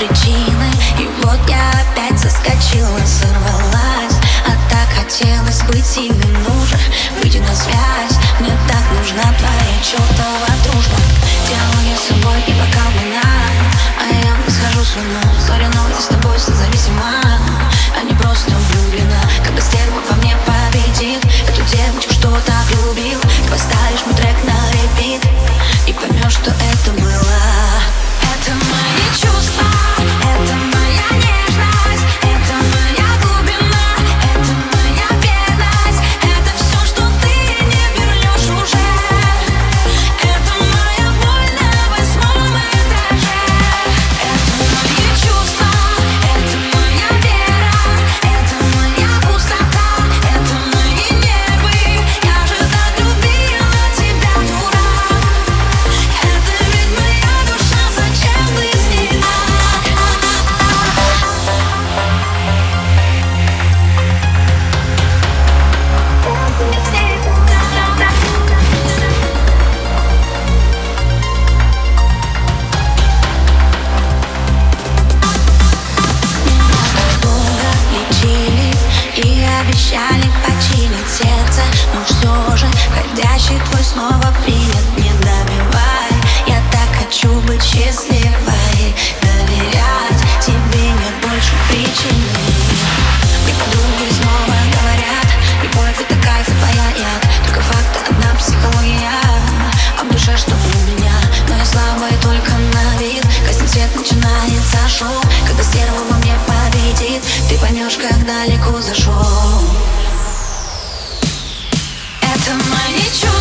причины. И вот я опять соскочила, сорвалась. А так хотелось быть сильной, ну же, выйди на связь. Мне так нужна твоя чертова дружба. Диалоги с собой и бокал вина, а я схожу с ума. Соревнуюсь с тобой созависима, а не просто влюблена. Когда стерва во мне победит эту девочку, что так любил, ты поставишь мой трек на репит и поймешь, что это было. Это мои чувства, это моя нежность, это моя глубина, это моя бедность, это все, что ты не вернешь уже. Это моя боль на 8-м этаже. Это мои чувства, это моя вера, это моя пустота, это мои нервы. Я же так любила тебя, дурак. Это ведь моя душа, зачем ты с ней так? Долго лечили и обещали починить сердце, но все же ходящий твой снова принят. Не добивай, я так хочу быть счастливой, доверять тебе нет больше причины. Мне подруги снова говорят, любовь это кайф и твоя яд. Только факт, одна психология, а в душе что у меня. Но я слабая только на вид. Гаснет свет, начинается шоу. Когда стерва во мне победит, ты поймешь, как далеко зашел. Это мои чувства.